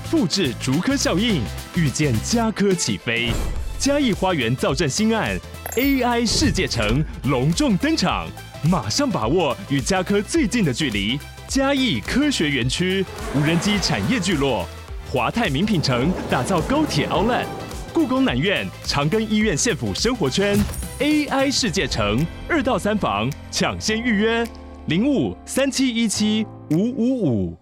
复制竹科效应，预见家科起飞。嘉义花园造镇新案 AI 世界城隆重登场，马上把握与家科最近的距离。嘉义科学园区无人机产业聚落，华泰名品城打造高铁 Outlet， 故宫南院长庚医院县府生活圈 AI 世界城2到3房抢先预约0537175555。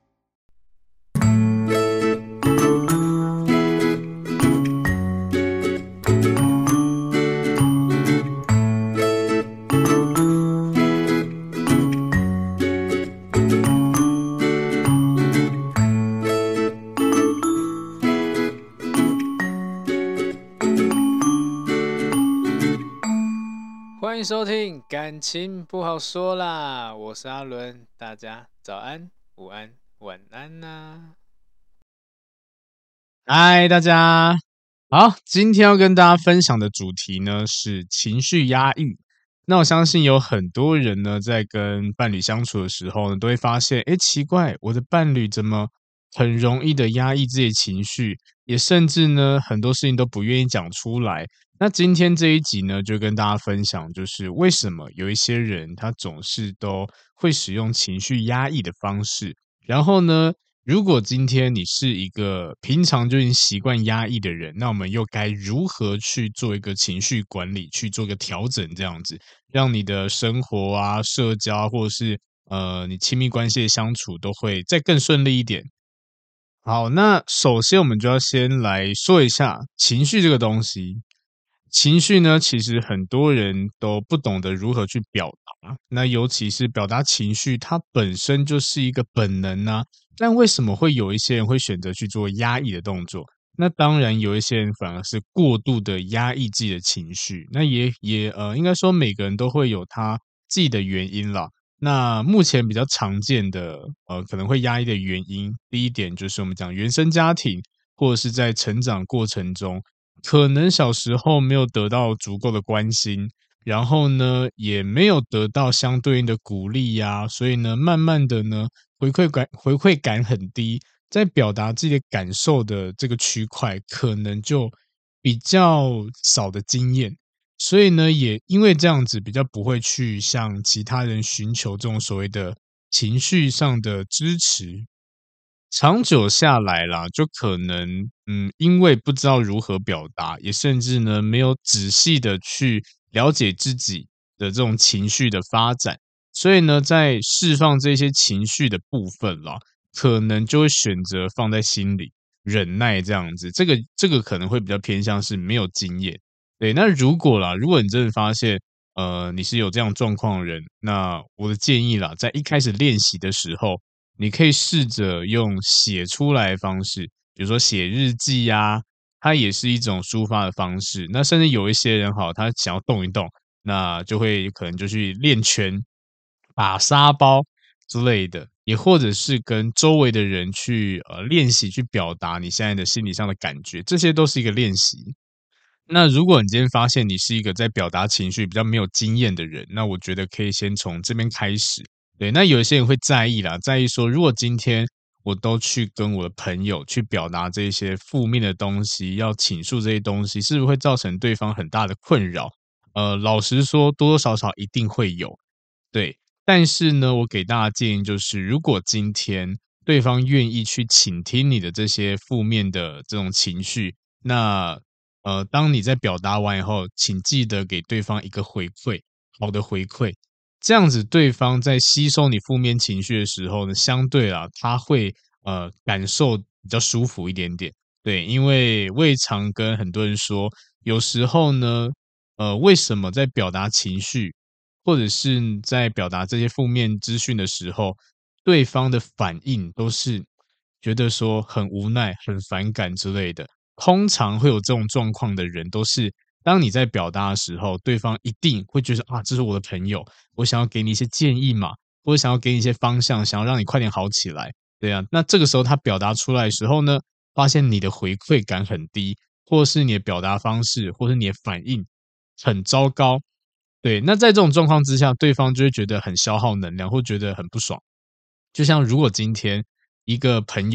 欢迎收听，感情不好说啦，我是阿伦，大家早安、午安、晚安呐。 嗨，大家好，今天要跟大家分享的主题呢是情绪压抑。那我相信有很多人呢，在跟伴侣相处的时候呢，都会发现，奇怪，我的伴侣怎么很容易的压抑自己的情绪，也甚至呢，很多事情都不愿意讲出来。那今天这一集呢，就跟大家分享，就是为什么有一些人他总是都会使用情绪压抑的方式。然后呢，如果今天你是一个平常就已经习惯压抑的人，那我们又该如何去做一个情绪管理，去做一个调整，这样子，让你的生活啊、社交或者是你亲密关系的相处都会再更顺利一点。好，那首先我们就要先来说一下情绪这个东西。情绪呢，其实很多人都不懂得如何去表达，那尤其是表达情绪，它本身就是一个本能啊。但为什么会有一些人会选择去做压抑的动作？那当然有一些人反而是过度的压抑自己的情绪，那应该说每个人都会有他自己的原因啦。那目前比较常见的可能会压抑的原因，第一点就是我们讲原生家庭，或者是在成长过程中，可能小时候没有得到足够的关心，然后呢，也没有得到相对应的鼓励呀，所以呢，慢慢的呢，回馈感很低，在表达自己的感受的这个区块，可能就比较少的经验，所以呢，也因为这样子，比较不会去向其他人寻求这种所谓的情绪上的支持。长久下来啦，就可能因为不知道如何表达，也甚至呢没有仔细的去了解自己的这种情绪的发展，所以呢，在释放这些情绪的部分啦，可能就会选择放在心里忍耐这样子。这个可能会比较偏向是没有经验。对，那如果你真的发现你是有这样状况的人，那我的建议啦，在一开始练习的时候，你可以试着用写出来的方式，比如说写日记呀，它也是一种抒发的方式。那甚至有一些人他想要动一动，那就会可能就去练拳、打沙包之类的，也或者是跟周围的人去练习去表达你现在的心理上的感觉，这些都是一个练习。那如果你今天发现你是一个在表达情绪比较没有经验的人，那我觉得可以先从这边开始。对，那有一些人会在意啦，在意说，如果今天我都去跟我的朋友去表达这些负面的东西，要倾诉这些东西，是不是会造成对方很大的困扰？老实说，多多少少一定会有。对，但是呢，我给大家建议就是，如果今天对方愿意去倾听你的这些负面的这种情绪，那当你在表达完以后，请记得给对方一个回馈，好的回馈。这样子对方在吸收你负面情绪的时候呢，相对他会感受比较舒服一点点。对，因为我也常跟很多人说，有时候呢，为什么在表达情绪，或者是在表达这些负面资讯的时候，对方的反应都是觉得说很无奈、很反感之类的。通常会有这种状况的人，都是当你在表达的时候，对方一定会觉得啊，这是我的朋友，我想要给你一些建议嘛，或者想要给你一些方向，想要让你快点好起来，对啊。那这个时候他表达出来的时候呢，发现你的回馈感很低，或是你的表达方式，或是你的反应很糟糕，对。那在这种状况之下，对方就会觉得很消耗能量，或觉得很不爽。就像如果今天一个朋友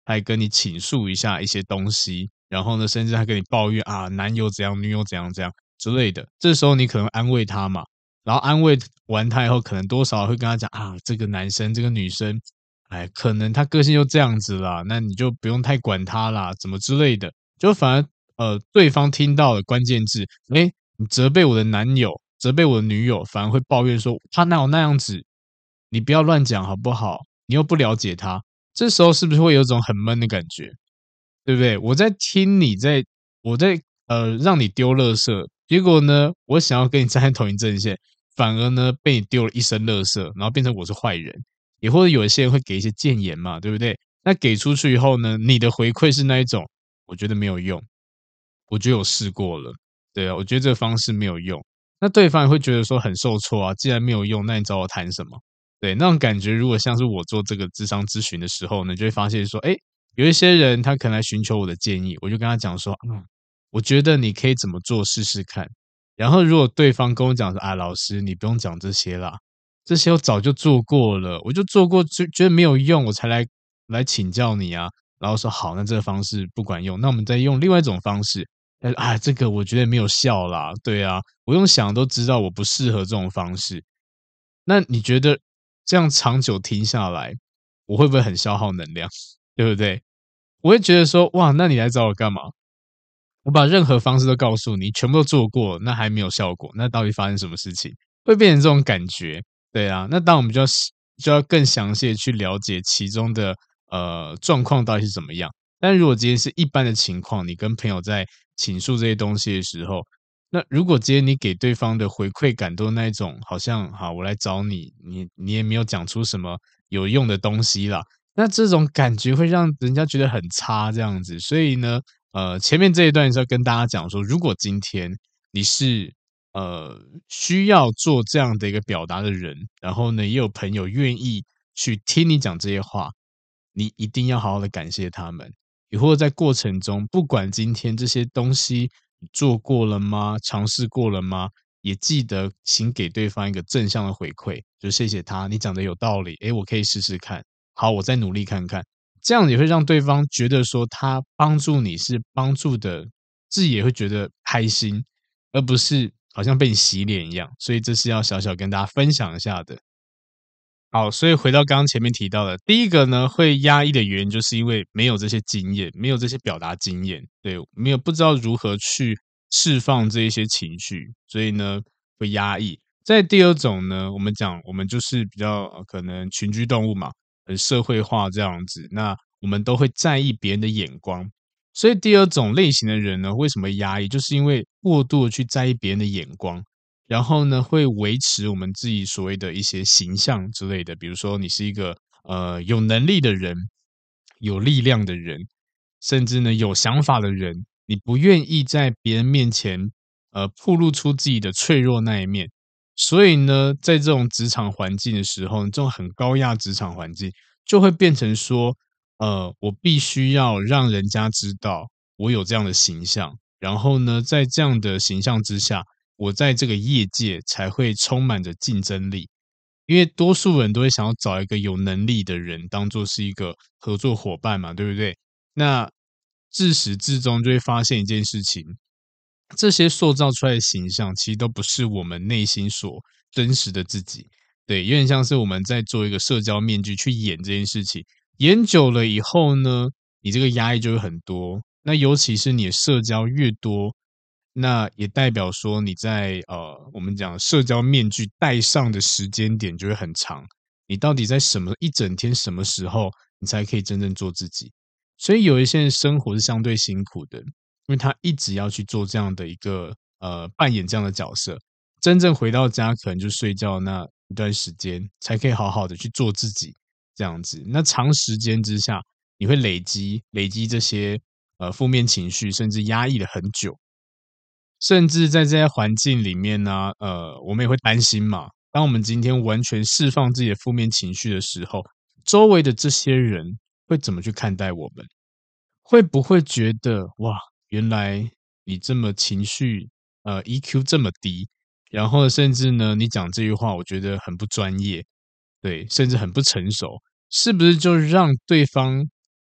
他还跟你倾诉一下一些东西，然后呢，甚至还跟你抱怨啊，男友怎样，女友怎样怎样之类的。这时候你可能安慰他嘛，然后安慰完他以后，可能多少会跟他讲啊，这个男生这个女生，哎，可能他个性就这样子啦，那你就不用太管他啦，怎么之类的。就反而对方听到的关键字，哎，你责备我的男友，责备我的女友，反而会抱怨说他哪有那样子，你不要乱讲好不好？你又不了解他，这时候是不是会有一种很闷的感觉？对不对？我在听你在，我在让你丢垃圾，结果呢，我想要跟你站在同一阵线，反而呢被你丢了一身垃圾，然后变成我是坏人。也或者有一些人会给一些建言嘛，对不对？那给出去以后呢，你的回馈是那一种，我觉得没有用，我觉得我试过了，对啊，我觉得这个方式没有用。那对方也会觉得说很受挫啊，既然没有用，那你找我谈什么？对，那种感觉，如果像是我做这个咨商咨询的时候呢，就会发现说，哎，有一些人他可能来寻求我的建议，我就跟他讲说，我觉得你可以怎么做试试看。然后如果对方跟我讲说，啊，老师你不用讲这些啦，这些我早就做过了，我就做过，就觉得没有用，我才来请教你啊。然后说好，那这个方式不管用，那我们再用另外一种方式。啊，这个我觉得没有效啦，对啊，我用想都知道我不适合这种方式。那你觉得这样长久听下来，我会不会很消耗能量？对不对？我会觉得说，哇，那你来找我干嘛？我把任何方式都告诉你，全部都做过，那还没有效果，那到底发生什么事情？会变成这种感觉，对啊。那当我们就要更详细的去了解其中的状况到底是怎么样。但如果今天是一般的情况，你跟朋友在倾诉这些东西的时候，那如果今天你给对方的回馈感都那一种，好像好，我来找你，你也没有讲出什么有用的东西啦，那这种感觉会让人家觉得很差，这样子。所以呢，前面这一段是要跟大家讲说，如果今天你是需要做这样的一个表达的人，然后呢，也有朋友愿意去听你讲这些话，你一定要好好的感谢他们。也或者在过程中，不管今天这些东西你做过了吗？尝试过了吗？也记得请给对方一个正向的回馈，就谢谢他，你讲的有道理，诶，我可以试试看。好，我再努力看看。这样也会让对方觉得说他帮助你是帮助的，自己也会觉得开心，而不是好像被你洗脸一样。所以这是要小小跟大家分享一下的。好，所以回到刚刚前面提到的，第一个呢，会压抑的原因，就是因为没有这些经验，没有这些表达经验，对，没有不知道如何去释放这一些情绪，所以呢会压抑。在第二种呢，我们讲我们就是比较可能群居动物嘛，很社会化这样子，那我们都会在意别人的眼光，所以第二种类型的人呢，为什么会压抑，就是因为过度的去在意别人的眼光。然后呢，会维持我们自己所谓的一些形象之类的，比如说你是一个有能力的人，有力量的人，甚至呢有想法的人，你不愿意在别人面前暴露出自己的脆弱那一面，所以呢，在这种职场环境的时候，这种很高压职场环境就会变成说，我必须要让人家知道我有这样的形象，然后呢，在这样的形象之下。我在这个业界才会充满着竞争力，因为多数人都会想要找一个有能力的人当做是一个合作伙伴嘛，对不对？那自始至终就会发现一件事情，这些塑造出来的形象其实都不是我们内心所真实的自己，对，有点像是我们在做一个社交面具去演这件事情，演久了以后呢，你这个压抑就会很多，那尤其是你的社交越多。那也代表说你在我们讲社交面具戴上的时间点就会很长。你到底在一整天什么时候，你才可以真正做自己？所以有一些人生活是相对辛苦的，因为他一直要去做这样的一个扮演这样的角色，真正回到家可能就睡觉那一段时间，才可以好好的去做自己这样子。那长时间之下，你会累积这些负面情绪，甚至压抑了很久。甚至在这些环境里面呢，我们也会担心嘛。当我们今天完全释放自己的负面情绪的时候，周围的这些人会怎么去看待我们？会不会觉得哇，原来你这么情绪EQ 这么低，然后甚至呢，你讲这句话，我觉得很不专业，对，甚至很不成熟，是不是就让对方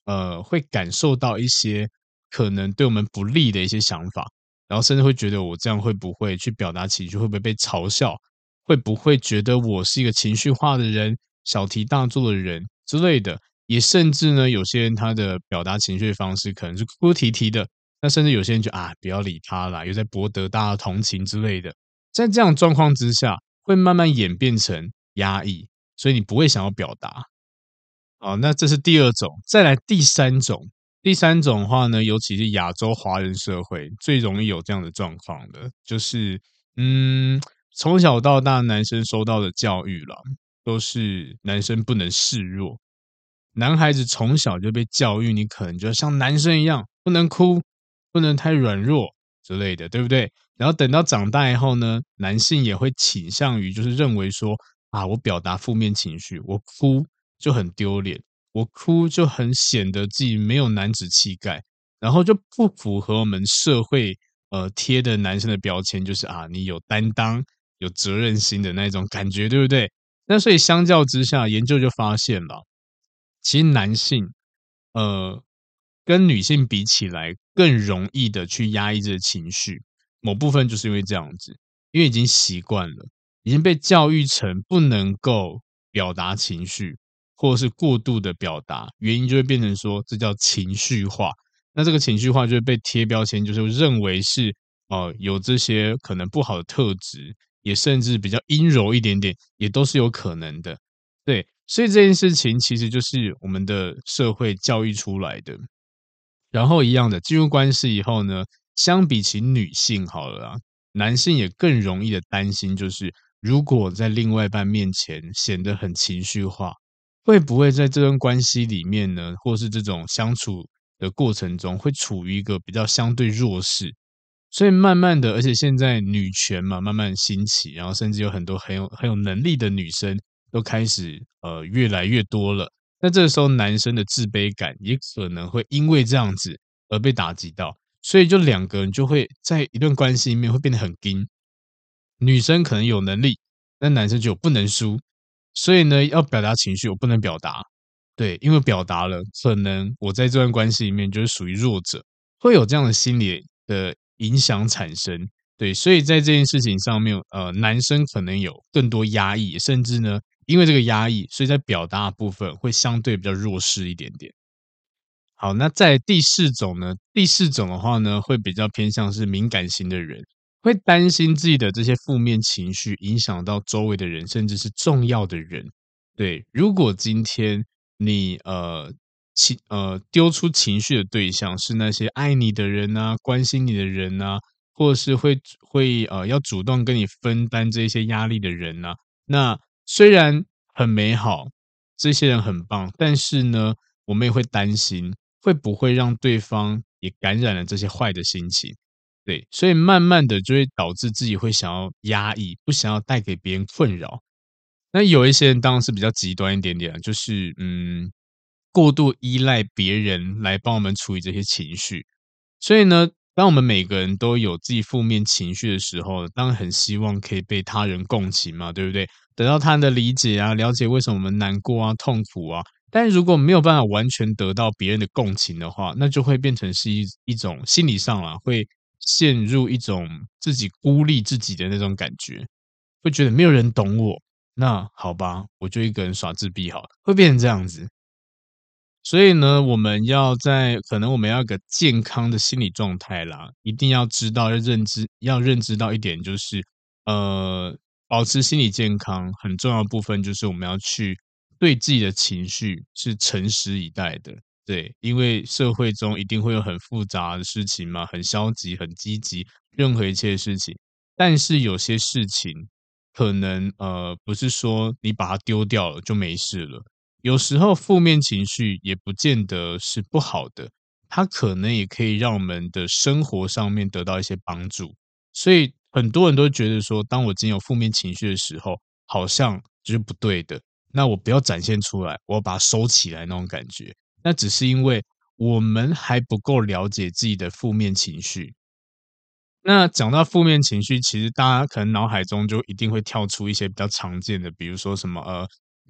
会感受到一些可能对我们不利的一些想法，然后甚至会觉得我这样会不会去表达情绪，会不会被嘲笑，会不会觉得我是一个情绪化的人、小题大做的人之类的。也甚至呢，有些人他的表达情绪的方式可能是哭哭啼啼的，那甚至有些人就不要理他啦，又在博得大家的同情之类的。在这样的状况之下，会慢慢演变成压抑，所以你不会想要表达。好，那这是第二种，再来第三种。第三种的话呢，尤其是亚洲华人社会最容易有这样的状况的，就是从小到大男生收到的教育啦，都是男生不能示弱。男孩子从小就被教育，你可能就要像男生一样，不能哭，不能太软弱之类的，对不对？然后等到长大以后呢，男性也会倾向于就是认为说我表达负面情绪，我哭就很丢脸，我哭就很显得自己没有男子气概，然后就不符合我们社会贴的男生的标签，就是你有担当、有责任心的那种感觉，对不对？那所以相较之下，研究就发现了，其实男性跟女性比起来，更容易的去压抑这个情绪，某部分就是因为这样子，因为已经习惯了，已经被教育成不能够表达情绪，或者是过度的表达，原因就会变成说这叫情绪化。那这个情绪化就会被贴标签，就是认为是有这些可能不好的特质，也甚至比较阴柔一点点，也都是有可能的。对，所以这件事情其实就是我们的社会教育出来的。然后一样的，进入关系以后呢，相比起女性好了啦，男性也更容易的担心，就是如果在另外一半面前显得很情绪化，会不会在这段关系里面呢，或是这种相处的过程中，会处于一个比较相对弱势？所以慢慢的，而且现在女权嘛，慢慢兴起，然后甚至有很多很有能力的女生都开始越来越多了。那这个时候男生的自卑感也可能会因为这样子而被打击到，所以就两个人就会在一段关系里面会变得很硬。女生可能有能力，但男生就不能输，所以呢，要表达情绪我不能表达，对，因为表达了，可能我在这段关系里面就是属于弱者，会有这样的心理的影响产生。对，所以在这件事情上面，男生可能有更多压抑，甚至呢，因为这个压抑，所以在表达的部分会相对比较弱势一点点。好，那在第四种呢？第四种的话呢，会比较偏向是敏感型的人，会担心自己的这些负面情绪影响到周围的人，甚至是重要的人。对，如果今天你丢出情绪的对象是那些爱你的人啊，关心你的人啊，或者是会要主动跟你分担这些压力的人啊，那虽然很美好，这些人很棒，但是呢，我们也会担心会不会让对方也感染了这些坏的心情。对，所以慢慢的就会导致自己会想要压抑，不想要带给别人困扰。那有一些人当然是比较极端一点点，就是过度依赖别人来帮我们处理这些情绪。所以呢，当我们每个人都有自己负面情绪的时候，当然很希望可以被他人共情嘛，对不对？得到他人的理解啊，了解为什么我们难过啊、痛苦啊。但是如果没有办法完全得到别人的共情的话，那就会变成是一种心理上会陷入一种自己孤立自己的那种感觉，会觉得没有人懂我，那好吧，我就一个人耍自闭好了，会变成这样子。所以呢，可能我们要有个健康的心理状态啦，一定要知道要认知到一点，就是呃，保持心理健康很重要的部分就是我们要去对自己的情绪是诚实以待的。对，因为社会中一定会有很复杂的事情嘛，很消极、很积极，任何一切的事情。但是有些事情可能不是说你把它丢掉了就没事了。有时候负面情绪也不见得是不好的，它可能也可以让我们的生活上面得到一些帮助。所以很多人都觉得说，当我今天有负面情绪的时候，好像就是不对的。那我不要展现出来，我要把它收起来那种感觉。那只是因为我们还不够了解自己的负面情绪，那讲到负面情绪，其实大家可能脑海中就一定会跳出一些比较常见的，比如说什么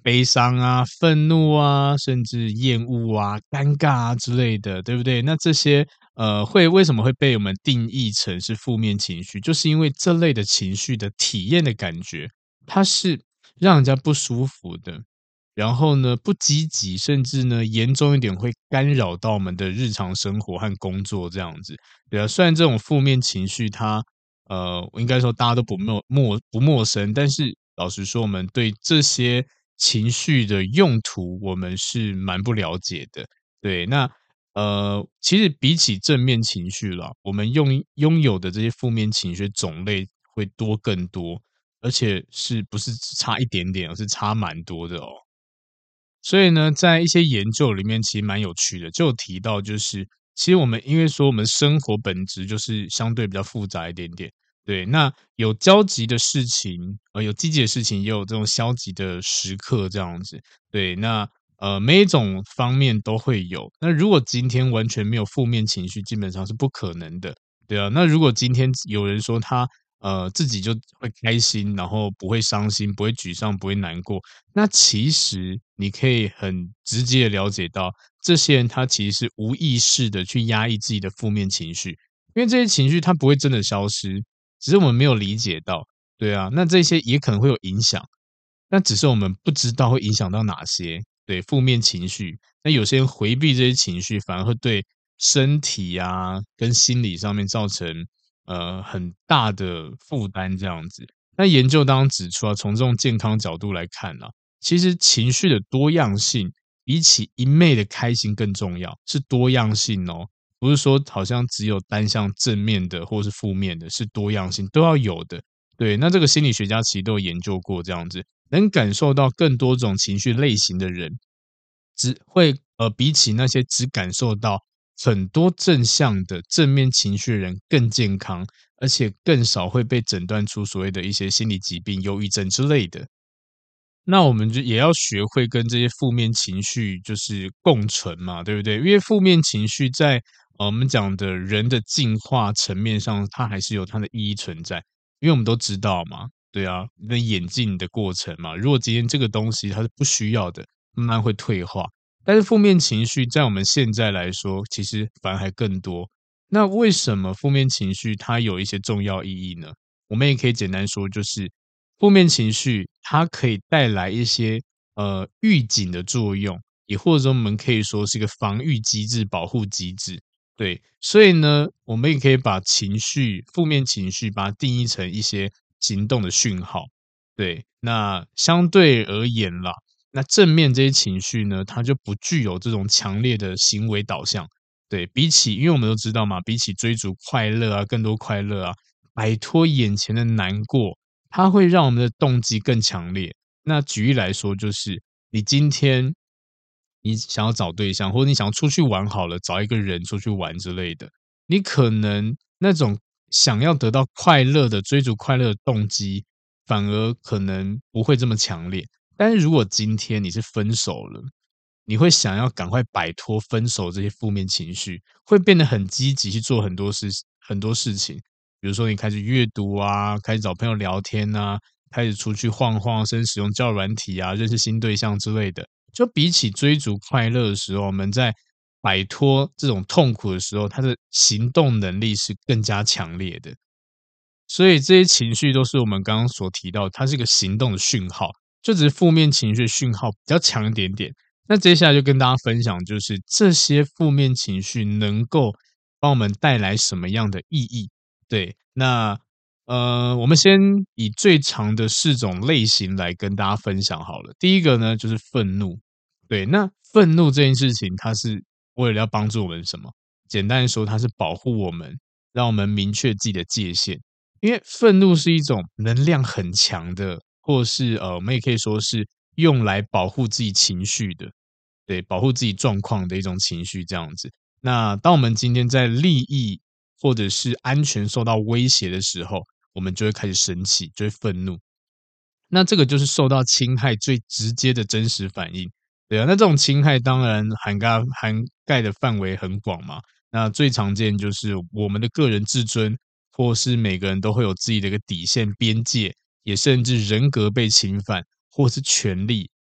悲伤啊、愤怒啊，甚至厌恶啊、尴尬啊之类的，对不对？那这些为什么会被我们定义成是负面情绪？就是因为这类的情绪的体验的感觉，它是让人家不舒服的，然后呢不积极，甚至呢严重一点会干扰到我们的日常生活和工作这样子。对啊，虽然这种负面情绪它应该说大家都不陌生，但是老实说，我们对这些情绪的用途，我们是蛮不了解的。对，那其实比起正面情绪啦，我们拥有的这些负面情绪种类会多更多，而且是不是只差一点点，而是差蛮多的哦。所以呢，在一些研究里面其实蛮有趣的，就有提到就是其实我们因为说我们生活本质就是相对比较复杂一点点，对，那有交集的事情，有积极的事情，也有这种消极的时刻这样子。对，那每一种方面都会有。那如果今天完全没有负面情绪，基本上是不可能的。对啊，那如果今天有人说他自己就会开心，然后不会伤心，不会沮丧，不会难过，那其实你可以很直接的了解到，这些人他其实是无意识的去压抑自己的负面情绪，因为这些情绪它不会真的消失，只是我们没有理解到。对啊，那这些也可能会有影响，那只是我们不知道会影响到哪些，对，负面情绪。那有些人回避这些情绪，反而会对身体啊跟心理上面造成很大的负担这样子。那研究当中指出啊，从这种健康角度来看啊，其实情绪的多样性比起一昧的开心更重要，是多样性哦，不是说好像只有单向正面的或是负面的，是多样性都要有的。对，那这个心理学家其实都有研究过这样子，能感受到更多种情绪类型的人，只会比起那些只感受到很多正向的正面情绪的人更健康，而且更少会被诊断出所谓的一些心理疾病、忧郁症之类的。那我们就也要学会跟这些负面情绪就是共存嘛，对不对？因为负面情绪在我们讲的人的进化层面上，它还是有它的意义存在。因为我们都知道嘛，对啊，那演进的过程嘛，如果今天这个东西它是不需要的，慢慢会退化。但是负面情绪在我们现在来说，其实反而还更多。那为什么负面情绪它有一些重要意义呢？我们也可以简单说，就是负面情绪它可以带来一些预警的作用，也或者说我们可以说是一个防御机制、保护机制。对，所以呢，我们也可以把负面情绪把它定义成一些行动的讯号。对，那相对而言啦，那正面这些情绪呢，它就不具有这种强烈的行为导向。对，因为我们都知道嘛，比起追逐快乐啊，更多快乐啊，摆脱眼前的难过，它会让我们的动机更强烈。那举例来说，就是你今天你想要找对象，或者你想要出去玩好了，找一个人出去玩之类的，你可能那种想要得到快乐的追逐快乐的动机，反而可能不会这么强烈。但是如果今天你是分手了，你会想要赶快摆脱分手这些负面情绪，会变得很积极去做很多事情。比如说你开始阅读啊，开始找朋友聊天啊，开始出去晃晃，甚至使用交友软体啊，认识新对象之类的。就比起追逐快乐的时候，我们在摆脱这种痛苦的时候，他的行动能力是更加强烈的。所以这些情绪都是我们刚刚所提到，它是一个行动的讯号，就只是负面情绪讯号比较强一点点。那接下来就跟大家分享，就是这些负面情绪能够帮我们带来什么样的意义？对，那我们先以最长的4种类型来跟大家分享好了。第一个呢，就是愤怒。对，那愤怒这件事情，它是为了要帮助我们什么？简单说，它是保护我们，让我们明确自己的界限。因为愤怒是一种能量很强的，或是我们也可以说是用来保护自己情绪的，对，保护自己状况的一种情绪这样子。那当我们今天在利益或者是安全受到威胁的时候，我们就会开始生气，就会愤怒。那这个就是受到侵害最直接的真实反应，对啊。那这种侵害当然涵盖的范围很广嘛。那最常见就是我们的个人自尊，或是每个人都会有自己的一个底线边界，也甚至人格被侵犯，或是权利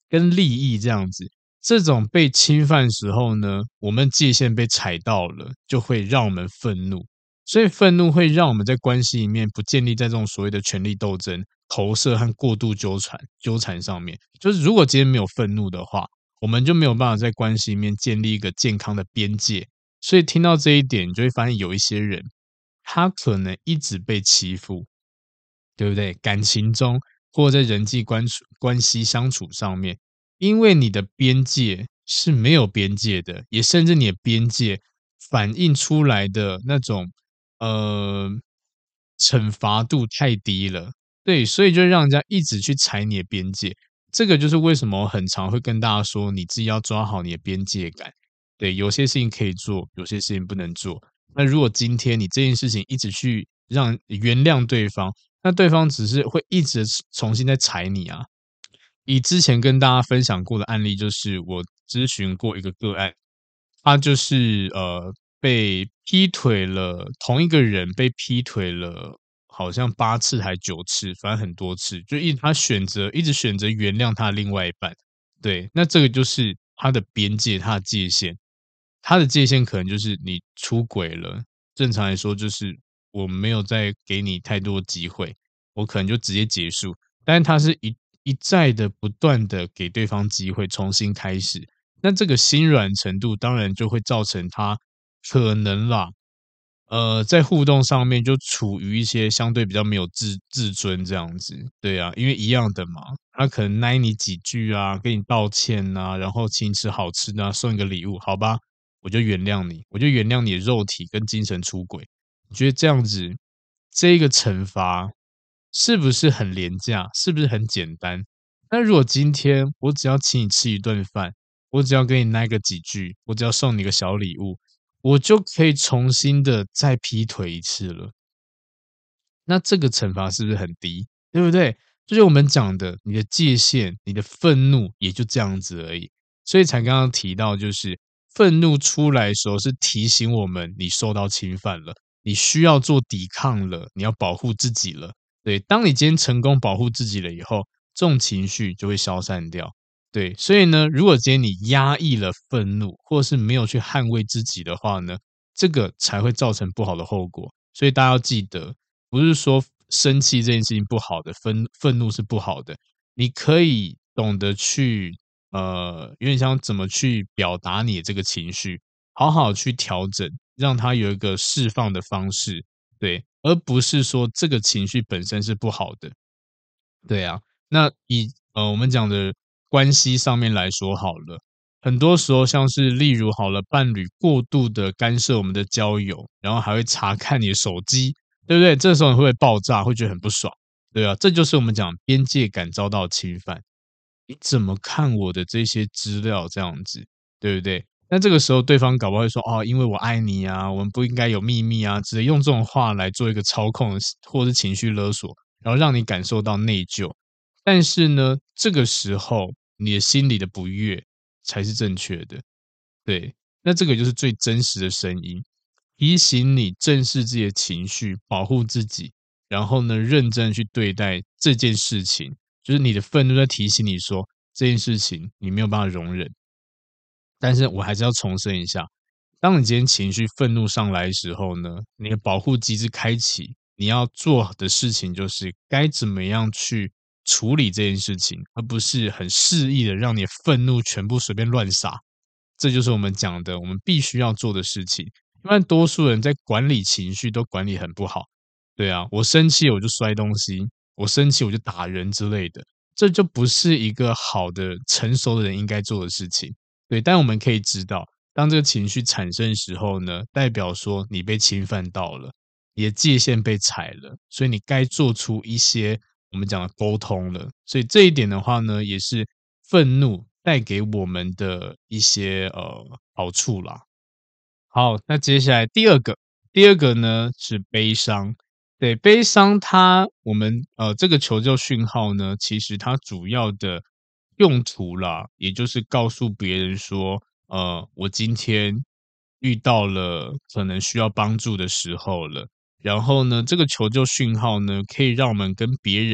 跟利益这样子。这种被侵犯时候呢，我们界限被踩到了，就会让我们愤怒。所以愤怒会让我们在关系里面不建立在这种所谓的权力斗争、投射和过度纠缠上面。就是如果今天没有愤怒的话，我们就没有办法在关系里面建立一个健康的边界。所以听到这一点，你就会发现有一些人，他可能一直被欺负，对不对？感情中或者在人际关系相处上面，因为你的边界是没有边界的，也甚至你的边界反映出来的那种呃惩罚度太低了，对，所以就让人家一直去踩你的边界。这个就是为什么我很常会跟大家说，你自己要抓好你的边界感。对，有些事情可以做，有些事情不能做。那如果今天你这件事情一直去原谅对方，那对方只是会一直重新再踩你啊。以之前跟大家分享过的案例，就是我咨询过一个个案，他就是被劈腿了，同一个人被劈腿了，好像8次还9次，反正很多次，就他一直选择原谅他的另外一半。对，那这个就是他的边界，他的界限。他的界限可能就是你出轨了，正常来说就是我没有再给你太多机会，我可能就直接结束。但是他是一再的不断的给对方机会重新开始，那这个心软程度当然就会造成他可能啦，在互动上面就处于一些相对比较没有自尊这样子。对啊，因为一样的嘛，他可能奶你几句啊，跟你道歉啊，然后请你吃好吃的啊，送一个礼物，好吧，我就原谅你，我就原谅你的肉体跟精神出轨。你觉得这样子，这一个惩罚是不是很廉价？是不是很简单？那如果今天我只要请你吃一顿饭，我只要跟你奶个几句，我只要送你个小礼物，我就可以重新的再劈腿一次了。那这个惩罚是不是很低？对不对？就是我们讲的，你的界限、你的愤怒也就这样子而已。所以才刚刚提到，就是愤怒出来的时候是提醒我们你受到侵犯了，你需要做抵抗了，你要保护自己了。对，当你今天成功保护自己了以后，这种情绪就会消散掉。对，所以呢，如果今天你压抑了愤怒，或是没有去捍卫自己的话呢，这个才会造成不好的后果。所以大家要记得，不是说生气这件事情不好的，愤怒是不好的。你可以懂得去有点像怎么去表达你的这个情绪，好好去调整，让它有一个释放的方式，对，而不是说这个情绪本身是不好的。对啊，那以我们讲的关系上面来说好了，很多时候像是例如好了，伴侣过度的干涉我们的交友，然后还会查看你的手机，对不对？这时候你会不会爆炸？会觉得很不爽，对啊，这就是我们讲边界感遭到侵犯。你怎么看我的这些资料这样子，对不对？那这个时候对方搞不好会说：“哦，因为我爱你啊，我们不应该有秘密啊。”直接用这种话来做一个操控或是情绪勒索，然后让你感受到内疚。但是呢，这个时候你的心里的不悦才是正确的。对，那这个就是最真实的声音，提醒你正视自己的情绪，保护自己，然后呢，认真地去对待这件事情。就是你的愤怒在提醒你说，这件事情你没有办法容忍。但是我还是要重申一下，当你今天情绪愤怒上来的时候呢，你的保护机制开启，你要做的事情就是该怎么样去处理这件事情，而不是很肆意的让你的愤怒全部随便乱撒。这就是我们讲的，我们必须要做的事情。因为多数人在管理情绪都管理很不好。对啊，我生气我就摔东西，我生气我就打人之类的，这就不是一个好的成熟的人应该做的事情。对，但我们可以知道，当这个情绪产生的时候呢，代表说你被侵犯到了，你的界限被踩了，所以你该做出一些我们讲的沟通了。所以这一点的话呢，也是愤怒带给我们的一些好处啦。好，那接下来第二个呢是悲伤。对，悲伤我们这个求救讯号呢，其实它主要的用途啦，也就是告诉别人说，我今天遇到了可能需要帮助的时候了。然后呢，这个求救讯号呢，可以让我们跟别人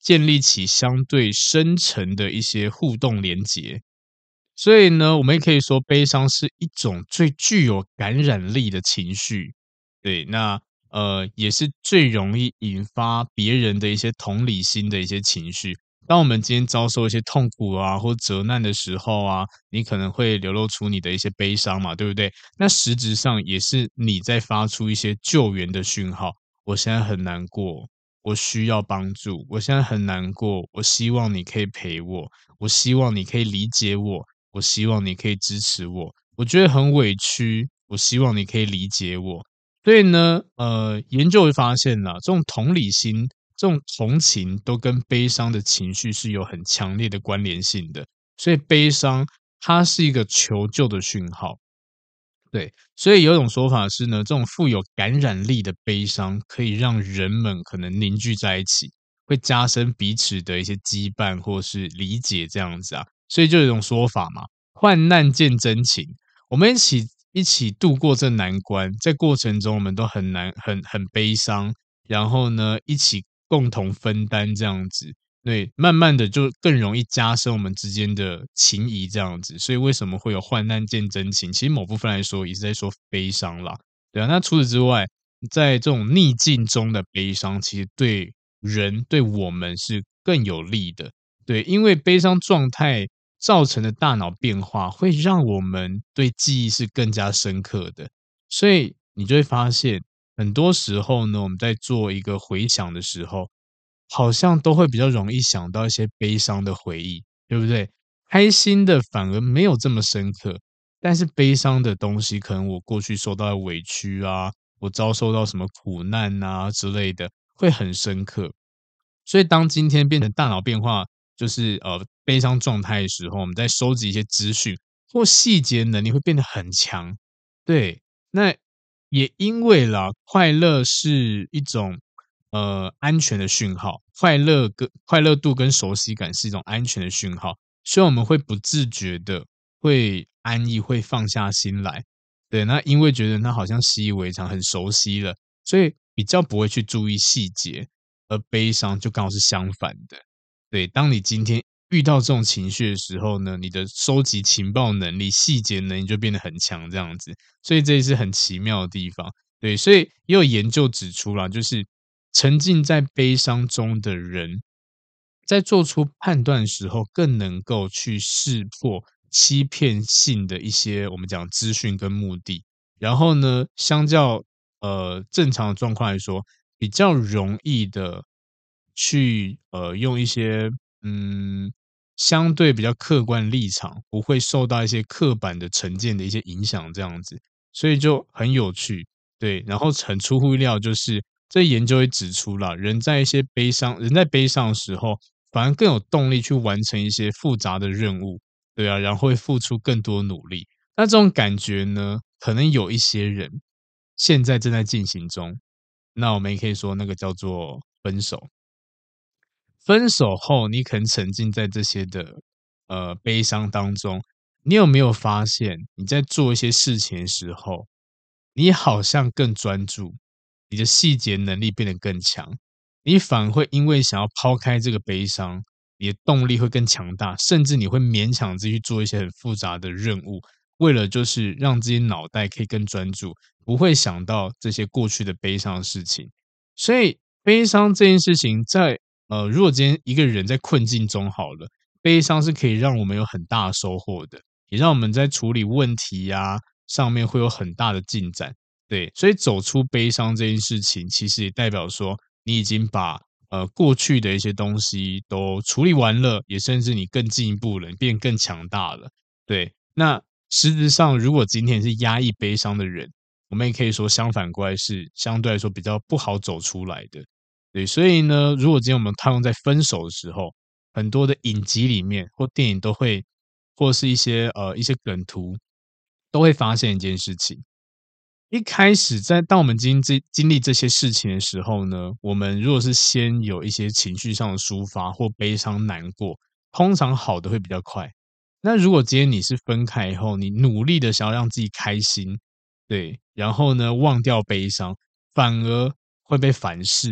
建立起相对深层的一些互动连结。所以呢，我们也可以说悲伤是一种最具有感染力的情绪。对，那也是最容易引发别人的一些同理心的一些情绪。当我们今天遭受一些痛苦啊或责难的时候啊，你可能会流露出你的一些悲伤嘛，对不对？那实质上也是你在发出一些救援的讯号。我现在很难过，我需要帮助，我现在很难过，我希望你可以陪我，我希望你可以理解我，我希望你可以支持我，我觉得很委屈，我希望你可以理解我。所以呢，研究会发现啦，这种同理心、这种同情都跟悲伤的情绪是有很强烈的关联性的。所以悲伤它是一个求救的讯号。对，所以有一种说法是呢，这种富有感染力的悲伤可以让人们可能凝聚在一起，会加深彼此的一些羁绊或是理解这样子啊。所以就有一种说法嘛，患难见真情，我们一起度过这难关，在过程中我们都很悲伤，然后呢，一起共同分担这样子。对，慢慢的就更容易加深我们之间的情谊这样子，所以为什么会有患难见真情？其实某部分来说也是在说悲伤啦，对啊。那除此之外，在这种逆境中的悲伤，其实对人对我们是更有利的，对，因为悲伤状态造成的大脑变化，会让我们对记忆是更加深刻的，所以你就会发现，很多时候呢，我们在做一个回想的时候，好像都会比较容易想到一些悲伤的回忆，对不对？开心的反而没有这么深刻，但是悲伤的东西，可能我过去受到的委屈啊，我遭受到什么苦难啊之类的，会很深刻。所以当今天变成大脑变化就是悲伤状态的时候，我们在收集一些资讯或细节能力会变得很强。对，那也因为啦，快乐是一种安全的讯号，快乐度跟熟悉感是一种安全的讯号，所以我们会不自觉的会安逸，会放下心来。对，那因为觉得它好像习以为常，很熟悉了，所以比较不会去注意细节。而悲伤就刚好是相反的。对，当你今天遇到这种情绪的时候呢，你的收集情报能力、细节能力就变得很强，这样子。所以这也是很奇妙的地方。对，所以也有研究指出啦，就是沉浸在悲伤中的人，在做出判断的时候，更能够去识破欺骗性的一些我们讲资讯跟目的。然后呢，相较正常的状况来说，比较容易的去用一些嗯相对比较客观的立场，不会受到一些刻板的成见的一些影响，这样子，所以就很有趣。对，然后很出乎意料，就是这研究也指出了，人在悲伤的时候，反而更有动力去完成一些复杂的任务，对啊，然后会付出更多努力。那这种感觉呢，可能有一些人现在正在进行中，那我们也可以说那个叫做分手。分手后，你可能沉浸在这些的悲伤当中，你有没有发现你在做一些事情的时候，你好像更专注，你的细节能力变得更强，你反而会因为想要抛开这个悲伤，你的动力会更强大，甚至你会勉强自己去做一些很复杂的任务，为了就是让自己脑袋可以更专注，不会想到这些过去的悲伤的事情。所以悲伤这件事情在如果今天一个人在困境中好了，悲伤是可以让我们有很大的收获的，也让我们在处理问题呀、上面会有很大的进展。对，所以走出悲伤这件事情，其实也代表说你已经把过去的一些东西都处理完了，也甚至你更进一步了，你变更强大了。对，那实质上，如果今天是压抑悲伤的人，我们也可以说相反过来是相对来说比较不好走出来的。对，所以呢，如果今天我们套用在分手的时候，很多的影集里面或电影都会，或是一些梗图，都会发现一件事情。一开始当我们经历这些事情的时候呢，我们如果是先有一些情绪上的抒发或悲伤难过，通常好的会比较快。那如果今天你是分开以后，你努力的想要让自己开心，对，然后呢忘掉悲伤，反而会被反噬，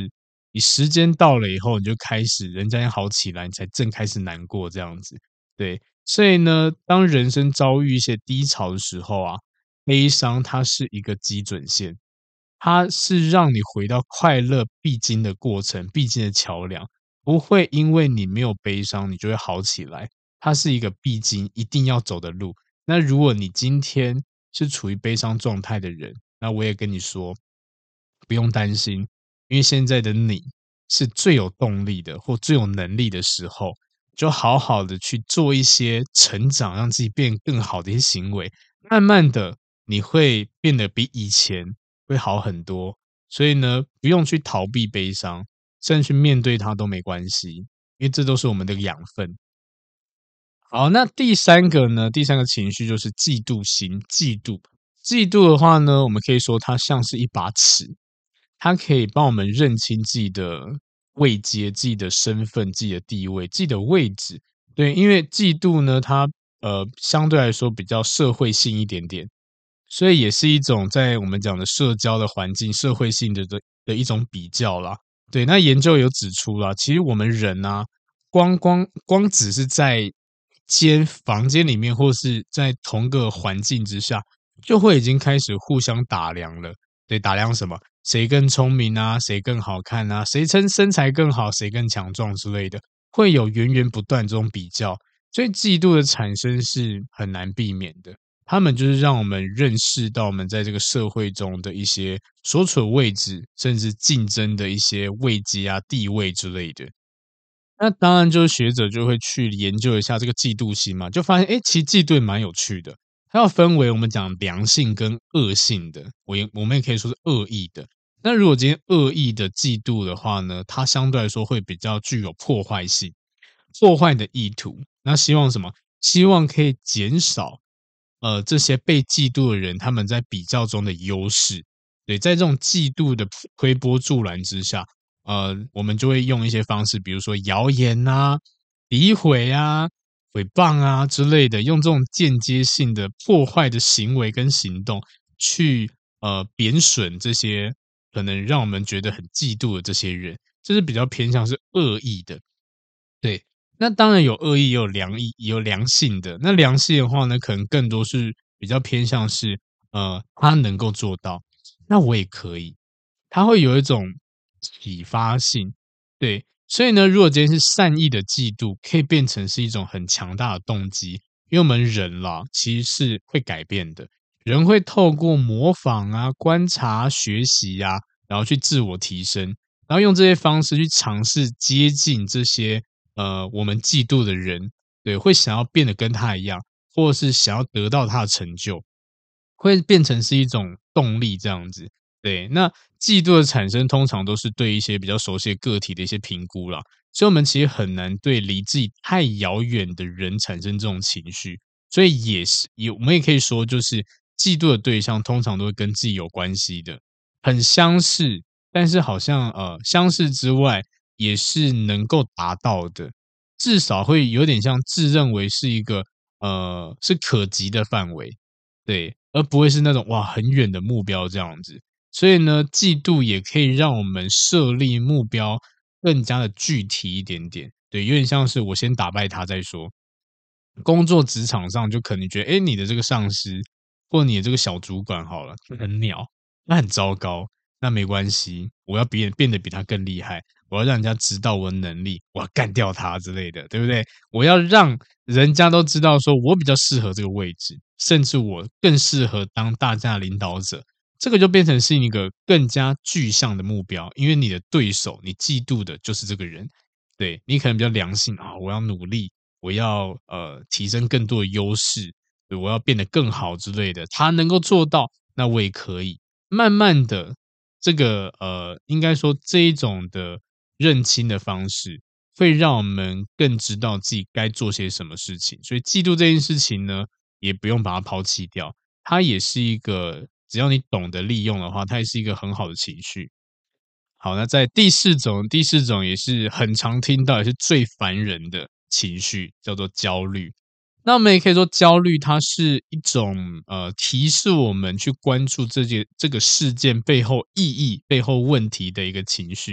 你时间到了以后，你就开始人家要好起来，你才正开始难过这样子。对，所以呢，当人生遭遇一些低潮的时候啊，悲伤它是一个基准线，它是让你回到快乐必经的过程，必经的桥梁，不会因为你没有悲伤，你就会好起来。它是一个必经一定要走的路。那如果你今天是处于悲伤状态的人，那我也跟你说，不用担心，因为现在的你是最有动力的，或最有能力的时候，就好好的去做一些成长，让自己变更好的一些行为。慢慢的，你会变得比以前会好很多。所以呢，不用去逃避悲伤，甚至去面对它都没关系，因为这都是我们的养分。好，那第三个呢？第三个情绪就是嫉妒心。嫉妒，嫉妒的话呢，我们可以说它像是一把尺，它可以帮我们认清自己的位阶、自己的身份、自己的地位、自己的位置。对，因为嫉妒呢，它相对来说比较社会性一点点，所以也是一种在我们讲的社交的环境、社会性的一种比较啦。对，那研究有指出啦，其实我们人啊，光只是在房间里面，或是在同个环境之下，就会已经开始互相打量了。对，打量什么？谁更聪明啊？谁更好看啊？谁身材更好？谁更强壮之类的，会有源源不断这种比较。所以嫉妒的产生是很难避免的。他们就是让我们认识到我们在这个社会中的一些所处的位置，甚至竞争的一些位阶啊、地位之类的。那当然就是学者就会去研究一下这个嫉妒心嘛，就发现其实嫉妒也蛮有趣的。它要分为我们讲良性跟恶性的，我们也可以说是恶意的。那如果今天恶意的嫉妒的话呢，它相对来说会比较具有破坏性、破坏的意图。那希望什么？希望可以减少这些被嫉妒的人他们在比较中的优势。对，在这种嫉妒的推波助澜之下，我们就会用一些方式，比如说谣言啊、诋毁啊、诽谤啊之类的，用这种间接性的破坏的行为跟行动去贬损这些可能让我们觉得很嫉妒的这些人，这是比较偏向是恶意的。对，那当然有恶意，也有良意，也有良性的。那良性的话呢，可能更多是比较偏向是，他能够做到，那我也可以。他会有一种启发性，对。所以呢，如果今天是善意的嫉妒，可以变成是一种很强大的动机，因为我们人啦，其实是会改变的，人会透过模仿啊、观察、学习啊，然后去自我提升，然后用这些方式去尝试接近这些我们嫉妒的人，对，会想要变得跟他一样，或者是想要得到他的成就，会变成是一种动力这样子。对，那嫉妒的产生通常都是对一些比较熟悉的个体的一些评估啦，所以我们其实很难对离自己太遥远的人产生这种情绪，所以我们也可以说，就是嫉妒的对象通常都会跟自己有关系的，很相似，但是好像相似之外，也是能够达到的，至少会有点像自认为是一个是可及的范围，对，而不会是那种哇很远的目标这样子。所以呢，嫉妒也可以让我们设立目标更加的具体一点点，对，有点像是我先打败他再说。工作职场上就可能觉得，你的这个上司或你的这个小主管好了，很鸟，那很糟糕，那没关系，我要变得比他更厉害，我要让人家知道我的能力，我要干掉他之类的，对不对？我要让人家都知道说我比较适合这个位置，甚至我更适合当大家的领导者。这个就变成是一个更加具象的目标，因为你的对手，你嫉妒的就是这个人，对你可能比较良性啊，我要努力，我要提升更多的优势，对我要变得更好之类的，他能够做到，那我也可以。慢慢的，这个应该说这一种的认清的方式，会让我们更知道自己该做些什么事情。所以嫉妒这件事情呢，也不用把它抛弃掉，它也是一个只要你懂得利用的话，它也是一个很好的情绪。好，那在第四种也是很常听到，也是最烦人的情绪，叫做焦虑。那我们也可以说，焦虑它是一种提示我们去关注这个事件背后意义、背后问题的一个情绪。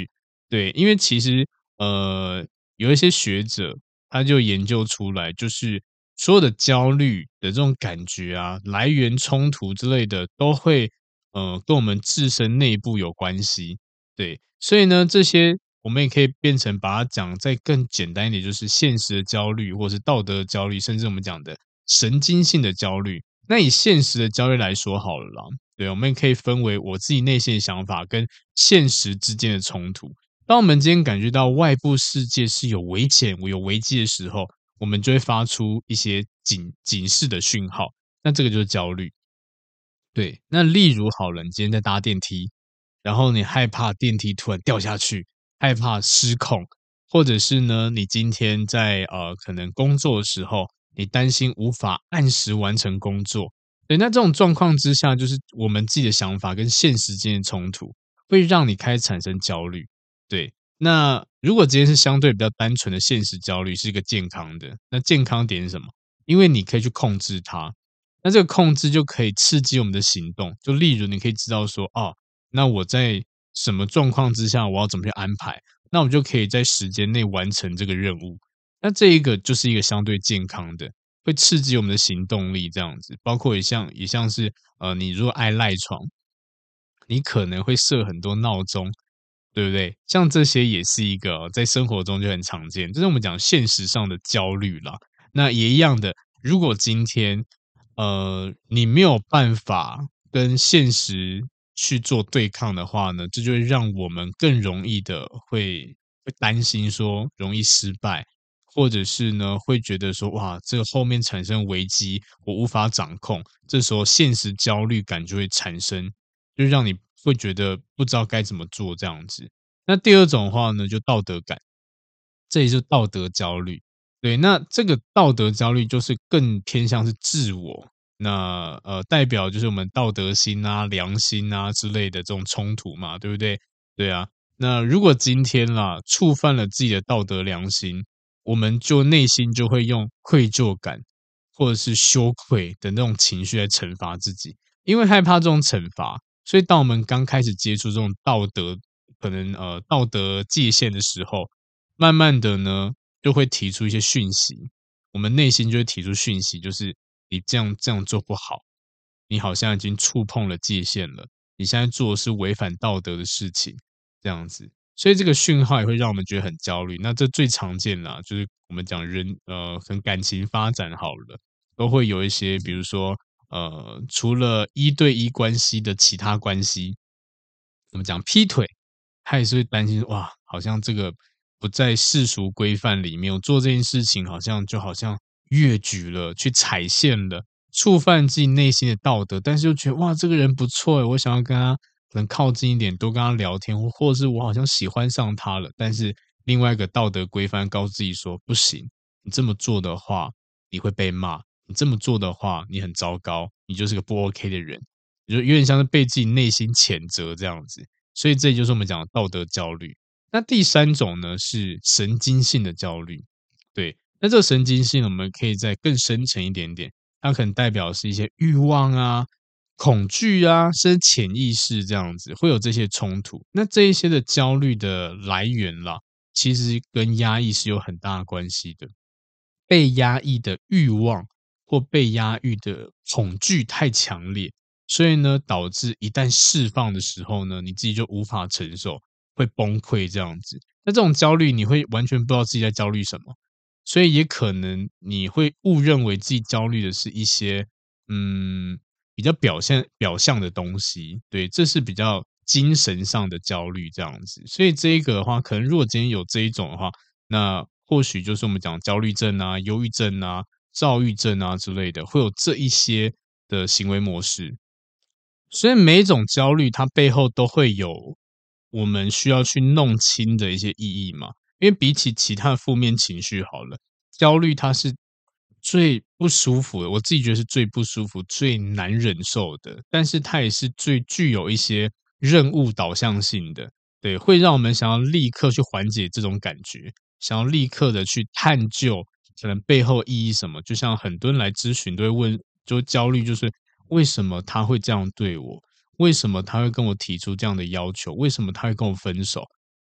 对，因为其实有一些学者他就研究出来，就是所有的焦虑的这种感觉啊，来源冲突之类的，都会跟我们自身内部有关系。对，所以呢，这些我们也可以变成把它讲再更简单一点，就是现实的焦虑，或是道德的焦虑，甚至我们讲的神经性的焦虑。那以现实的焦虑来说好了啦，对，我们也可以分为我自己内心的想法跟现实之间的冲突。当我们今天感觉到外部世界是有危险、有危机的时候，我们就会发出一些警示的讯号，那这个就是焦虑。对，那例如好了，你今天在搭电梯，然后你害怕电梯突然掉下去，害怕失控，或者是呢，你今天在可能工作的时候，你担心无法按时完成工作。对，那这种状况之下，就是我们自己的想法跟现实间的冲突，会让你开始产生焦虑。对，那如果今天是相对比较单纯的现实焦虑，是一个健康的，那健康点是什么？因为你可以去控制它，那这个控制就可以刺激我们的行动。就例如，你可以知道说，哦，那我在什么状况之下，我要怎么去安排，那我们就可以在时间内完成这个任务。那这一个就是一个相对健康的，会刺激我们的行动力，这样子。包括也像是你如果爱赖床，你可能会设很多闹钟，对不对？像这些也是一个在生活中就很常见，这是我们讲现实上的焦虑啦。那也一样的，如果今天你没有办法跟现实去做对抗的话呢，这就会让我们更容易的会担心说容易失败，或者是呢会觉得说哇，这个后面产生危机，我无法掌控，这时候现实焦虑感就会产生，就让你会觉得不知道该怎么做这样子。那第二种的话呢，就道德感，这也就是道德焦虑。对，那这个道德焦虑就是更偏向是自我，那代表就是我们道德心啊、良心啊之类的这种冲突嘛，对不对？对啊，那如果今天啦触犯了自己的道德良心，我们就内心就会用愧疚感或者是羞愧的那种情绪来惩罚自己，因为害怕这种惩罚，所以当我们刚开始接触这种道德可能道德界限的时候，慢慢的呢就会提出一些讯息，我们内心就会提出讯息，就是你这样做不好，你好像已经触碰了界限了，你现在做的是违反道德的事情，这样子。所以这个讯号也会让我们觉得很焦虑。那这最常见啦，就是我们讲人跟感情发展好了，都会有一些，比如说除了一对一关系的其他关系，我们讲劈腿，他也是会担心哇，好像这个不在世俗规范里面，我做这件事情好像越矩了，去踩线了，触犯自己内心的道德，但是又觉得哇，这个人不错诶，我想要跟他可能靠近一点，多跟他聊天，或者是我好像喜欢上他了，但是另外一个道德规范告诉自己说不行，你这么做的话你会被骂，你这么做的话你很糟糕，你就是个不 OK 的人。就有点像是被自己内心谴责这样子，所以这就是我们讲的道德焦虑。那第三种呢是神经性的焦虑，对，那这个神经性我们可以再更深层一点点，它可能代表是一些欲望啊、恐惧啊，甚至潜意识这样子，会有这些冲突。那这一些的焦虑的来源啦，其实跟压抑是有很大的关系的。被压抑的欲望或被压抑的恐惧太强烈，所以呢，导致一旦释放的时候呢，你自己就无法承受，会崩溃这样子。那这种焦虑，你会完全不知道自己在焦虑什么，所以也可能你会误认为自己焦虑的是一些比较表象的东西，对，这是比较精神上的焦虑这样子。所以这一个的话，可能如果今天有这一种的话，那或许就是我们讲焦虑症啊、忧郁症啊、躁郁症啊之类的，会有这一些的行为模式。所以每一种焦虑，它背后都会有我们需要去弄清的一些意义嘛。因为比起其他的负面情绪好了，焦虑它是最不舒服的，我自己觉得是最不舒服、最难忍受的，但是它也是最具有一些任务导向性的，对，会让我们想要立刻去缓解这种感觉，想要立刻的去探究可能背后意义什么。就像很多人来咨询都会问，就焦虑就是为什么他会这样对我？为什么他会跟我提出这样的要求？为什么他会跟我分手？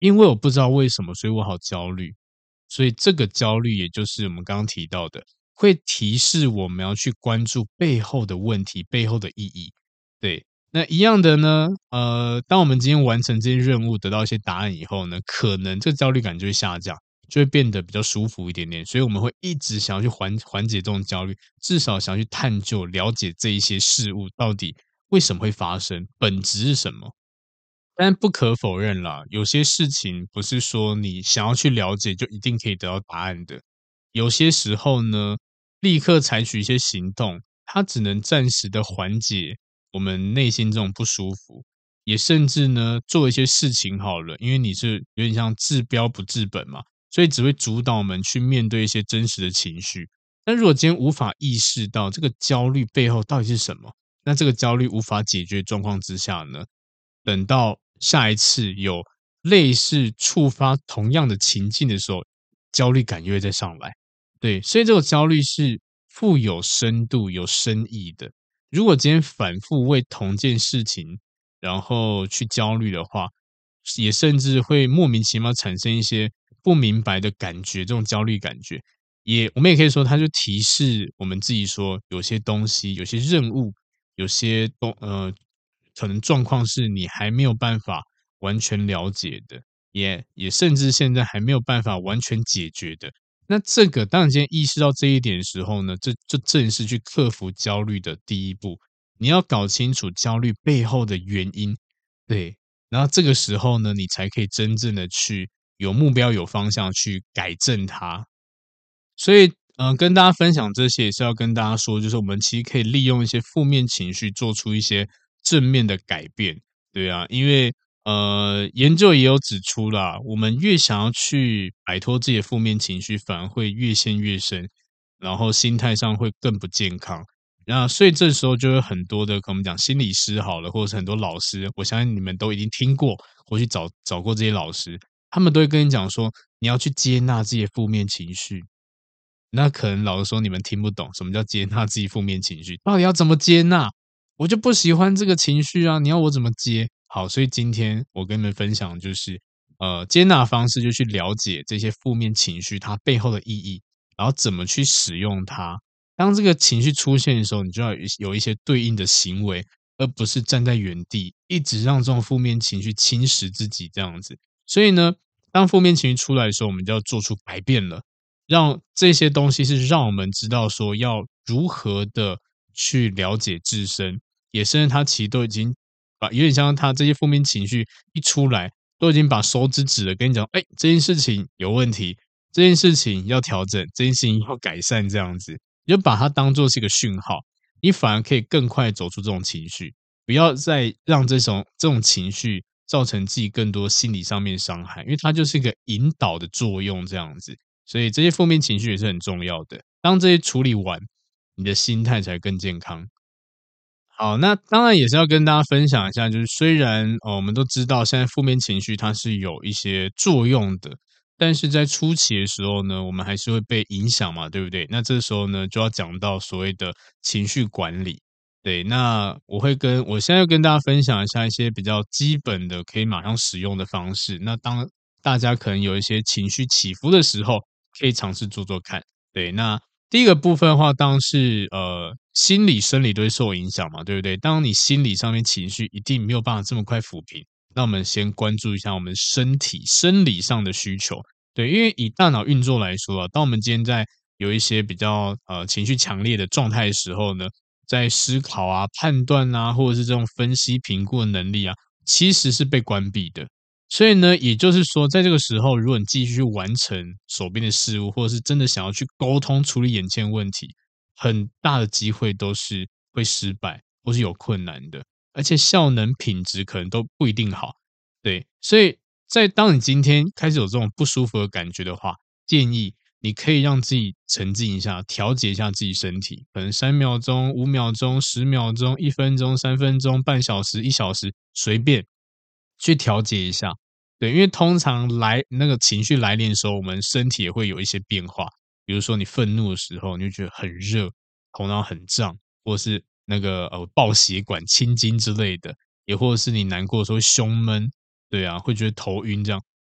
因为我不知道为什么，所以我好焦虑。所以这个焦虑，也就是我们刚刚提到的，会提示我们要去关注背后的问题、背后的意义。对，那一样的呢，当我们今天完成这些任务，得到一些答案以后呢，可能这个焦虑感就会下降，就会变得比较舒服一点点。所以我们会一直想要去缓解这种焦虑，至少想要去探究、了解这一些事物到底为什么会发生，本质是什么。但不可否认啦，有些事情不是说你想要去了解就一定可以得到答案的。有些时候呢，立刻采取一些行动，它只能暂时的缓解我们内心这种不舒服，也甚至呢做一些事情好了，因为你是有点像治标不治本嘛，所以只会主导我们去面对一些真实的情绪。但如果今天无法意识到这个焦虑背后到底是什么，那这个焦虑无法解决状况之下呢，等到下一次有类似触发同样的情境的时候，焦虑感又会再上来。对，所以这个焦虑是富有深度、有深意的。如果今天反复为同件事情，然后去焦虑的话，也甚至会莫名其妙产生一些不明白的感觉，这种焦虑感觉。我们也可以说，它就提示我们自己说，有些东西、有些任务、有些可能状况是你还没有办法完全了解的，也甚至现在还没有办法完全解决的。那这个当你今天意识到这一点的时候呢，这就正是去克服焦虑的第一步。你要搞清楚焦虑背后的原因，对，然后这个时候呢，你才可以真正的去有目标、有方向去改正它。所以，跟大家分享这些也是要跟大家说，就是我们其实可以利用一些负面情绪做出一些正面的改变，对啊，因为研究也有指出啦，我们越想要去摆脱自己的负面情绪，反而会越陷越深，然后心态上会更不健康。那所以这时候就有很多的，可能我们讲心理师好了，或者是很多老师，我相信你们都已经听过，或去找过这些老师，他们都会跟你讲说，你要去接纳自己的负面情绪。那可能老实说你们听不懂什么叫接纳自己负面情绪，到底要怎么接纳？我就不喜欢这个情绪啊，你要我怎么接？好，所以今天我跟你们分享就是，接纳方式就去了解这些负面情绪它背后的意义，然后怎么去使用它。当这个情绪出现的时候，你就要有一些对应的行为，而不是站在原地一直让这种负面情绪侵蚀自己这样子。所以呢，当负面情绪出来的时候，我们就要做出改变了。让这些东西是让我们知道说要如何的去了解自身，也甚至他其实都已经有点像他这些负面情绪一出来，都已经把手指指了，跟你讲，哎，这件事情有问题，这件事情要调整，这件事情要改善，这样子，你就把它当做是一个讯号，你反而可以更快走出这种情绪，不要再让这种情绪造成自己更多心理上面伤害，因为它就是一个引导的作用，这样子。所以这些负面情绪也是很重要的。当这些处理完，你的心态才更健康。好，那当然也是要跟大家分享一下，就是虽然我们都知道现在负面情绪它是有一些作用的，但是在初期的时候呢，我们还是会被影响嘛，对不对？那这时候呢，就要讲到所谓的情绪管理。对，那我现在要跟大家分享一下一些比较基本的可以马上使用的方式。那当大家可能有一些情绪起伏的时候，可以尝试做做看。对，那第一个部分的话，当然是心理、生理都会受影响嘛，对不对？当你心理上面情绪一定没有办法这么快抚平，那我们先关注一下我们身体生理上的需求。对，因为以大脑运作来说啊，当我们今天在有一些比较情绪强烈的状态的时候呢，在思考啊、判断啊，或者是这种分析评估的能力啊，其实是被关闭的。所以呢，也就是说，在这个时候，如果你继续去完成手边的事物，或者是真的想要去沟通处理眼前问题，很大的机会都是会失败或是有困难的，而且效能品质可能都不一定好。对，所以当你今天开始有这种不舒服的感觉的话，建议你可以让自己沉静一下，调节一下自己身体，可能3秒钟、5秒钟、10秒钟、1分钟、3分钟、半小时、1小时，随便去调节一下。对，因为通常那个情绪来临的时候，我们身体也会有一些变化。比如说你愤怒的时候，你就觉得很热，头脑很胀，或是那个爆血管、青筋之类的，也或者是你难过的时候会胸闷，对啊，会觉得头晕这样。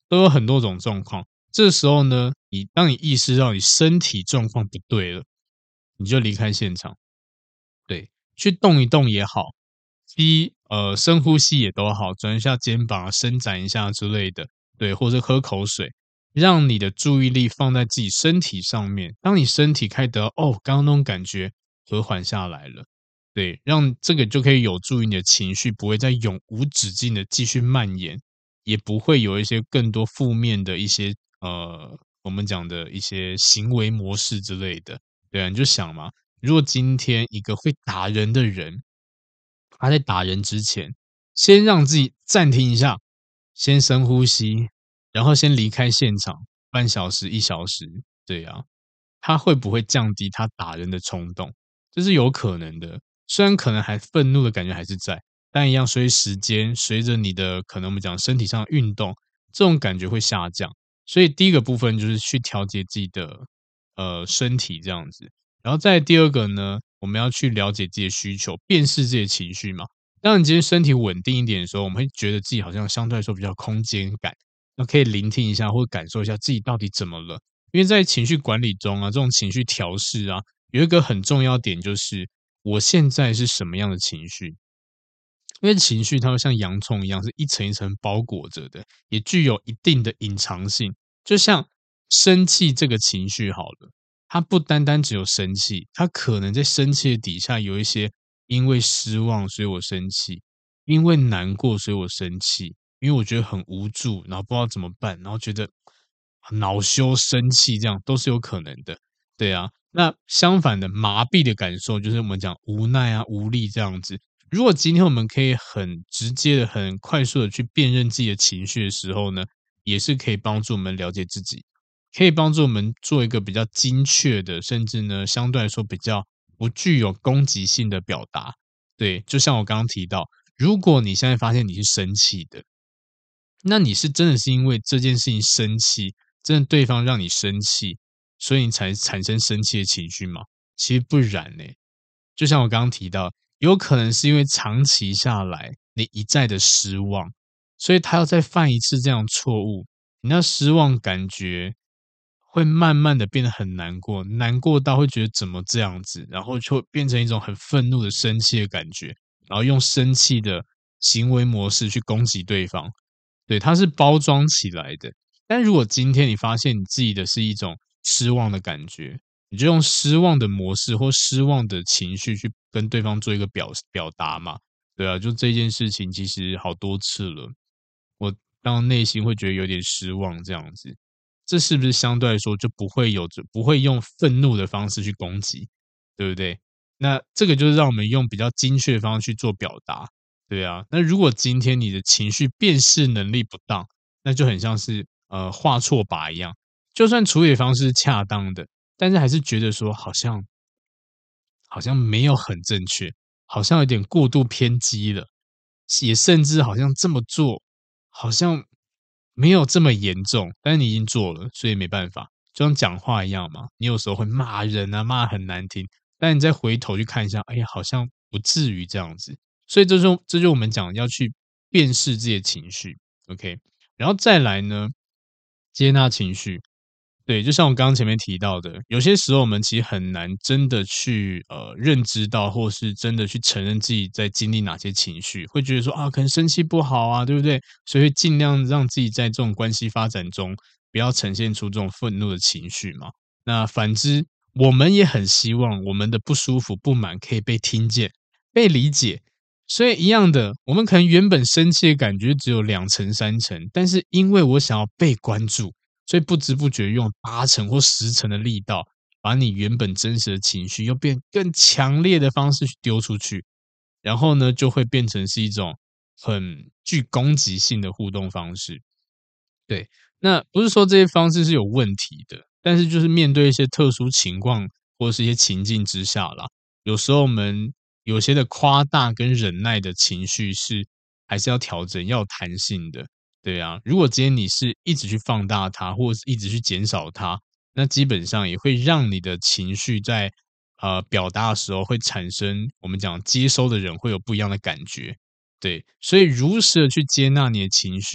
都有很多种状况。这时候呢，当你意识到你身体状况不对了，你就离开现场，对，去动一动也好，深呼吸也都好，转一下肩膀啊，伸展一下之类的，对，或者喝口水，让你的注意力放在自己身体上面。当你身体开始得到刚刚那种感觉和缓下来了，对，让这个就可以有助于你的情绪不会再永无止境的继续蔓延，也不会有一些更多负面的一些我们讲的一些行为模式之类的。对啊，你就想嘛，如果今天一个会打人的人，他在打人之前，先让自己暂停一下，先深呼吸，然后先离开现场半小时、1小时，对啊，他会不会降低他打人的冲动？这是有可能的。虽然可能还愤怒的感觉还是在，但一样随时间，随着你的可能我们讲身体上的运动，这种感觉会下降。所以第一个部分就是去调节自己的身体这样子，然后再第二个呢，我们要去了解自己的需求，辨识自己的情绪嘛。当你今天身体稳定一点的时候，我们会觉得自己好像相对来说比较空间感，那可以聆听一下或感受一下自己到底怎么了。因为在情绪管理中啊，这种情绪调试啊，有一个很重要点就是我现在是什么样的情绪。因为情绪它会像洋葱一样，是一层一层包裹着的，也具有一定的隐藏性。就像生气这个情绪好了，它不单单只有生气，它可能在生气的底下有一些因为失望所以我生气，因为难过所以我生气，因为我觉得很无助，然后不知道怎么办，然后觉得恼羞生气，这样都是有可能的。对啊，那相反的麻痹的感受，就是我们讲无奈啊、无力这样子。如果今天我们可以很直接的、很快速的去辨认自己的情绪的时候呢，也是可以帮助我们了解自己，可以帮助我们做一个比较精确的，甚至呢相对来说比较不具有攻击性的表达。对，就像我刚刚提到，如果你现在发现你是生气的，那你是真的是因为这件事情生气，真的对方让你生气，所以你才产生生气的情绪吗？其实不然呢、就像我刚刚提到，有可能是因为长期下来你一再的失望，所以他要再犯一次这样错误，你那失望感觉会慢慢的变得很难过，难过到会觉得怎么这样子，然后就变成一种很愤怒的生气的感觉，然后用生气的行为模式去攻击对方。对，它是包装起来的。但如果今天你发现你自己的是一种失望的感觉，你就用失望的模式或失望的情绪去跟对方做一个表达嘛。对啊，就这件事情其实好多次了，我当内心会觉得有点失望这样子。这是不是相对来说就不会用愤怒的方式去攻击，对不对？那这个就是让我们用比较精确的方式去做表达。对啊，那如果今天你的情绪辨识能力不当，那就很像是画错靶一样，就算处理方式是恰当的，但是还是觉得说好像没有很正确，好像有点过度偏激了，也甚至好像这么做好像没有这么严重，但是你已经做了，所以没办法，就像讲话一样嘛，你有时候会骂人啊，骂很难听，但你再回头去看一下，哎呀，好像不至于这样子。所以这就我们讲要去辨识自己的情绪，OK，然后再来呢，接纳情绪。对，就像我刚刚前面提到的，有些时候我们其实很难真的去认知到，或是真的去承认自己在经历哪些情绪，会觉得说啊，可能生气不好啊，对不对？所以会尽量让自己在这种关系发展中不要呈现出这种愤怒的情绪嘛。那反之，我们也很希望我们的不舒服、不满可以被听见、被理解。所以一样的，我们可能原本生气的感觉只有2成、3成，但是因为我想要被关注，所以不知不觉用8成或10成的力道，把你原本真实的情绪又变更强烈的方式去丢出去，然后呢，就会变成是一种很具攻击性的互动方式。对，那不是说这些方式是有问题的，但是就是面对一些特殊情况或者是一些情境之下啦，有时候我们有些的夸大跟忍耐的情绪还是要调整，要有弹性的。对啊，如果今天你是一直去放大它，或者是一直去减少它，那基本上也会让你的情绪在表达的时候会产生我们讲接收的人会有不一样的感觉。对，所以如实的去接纳你的情绪，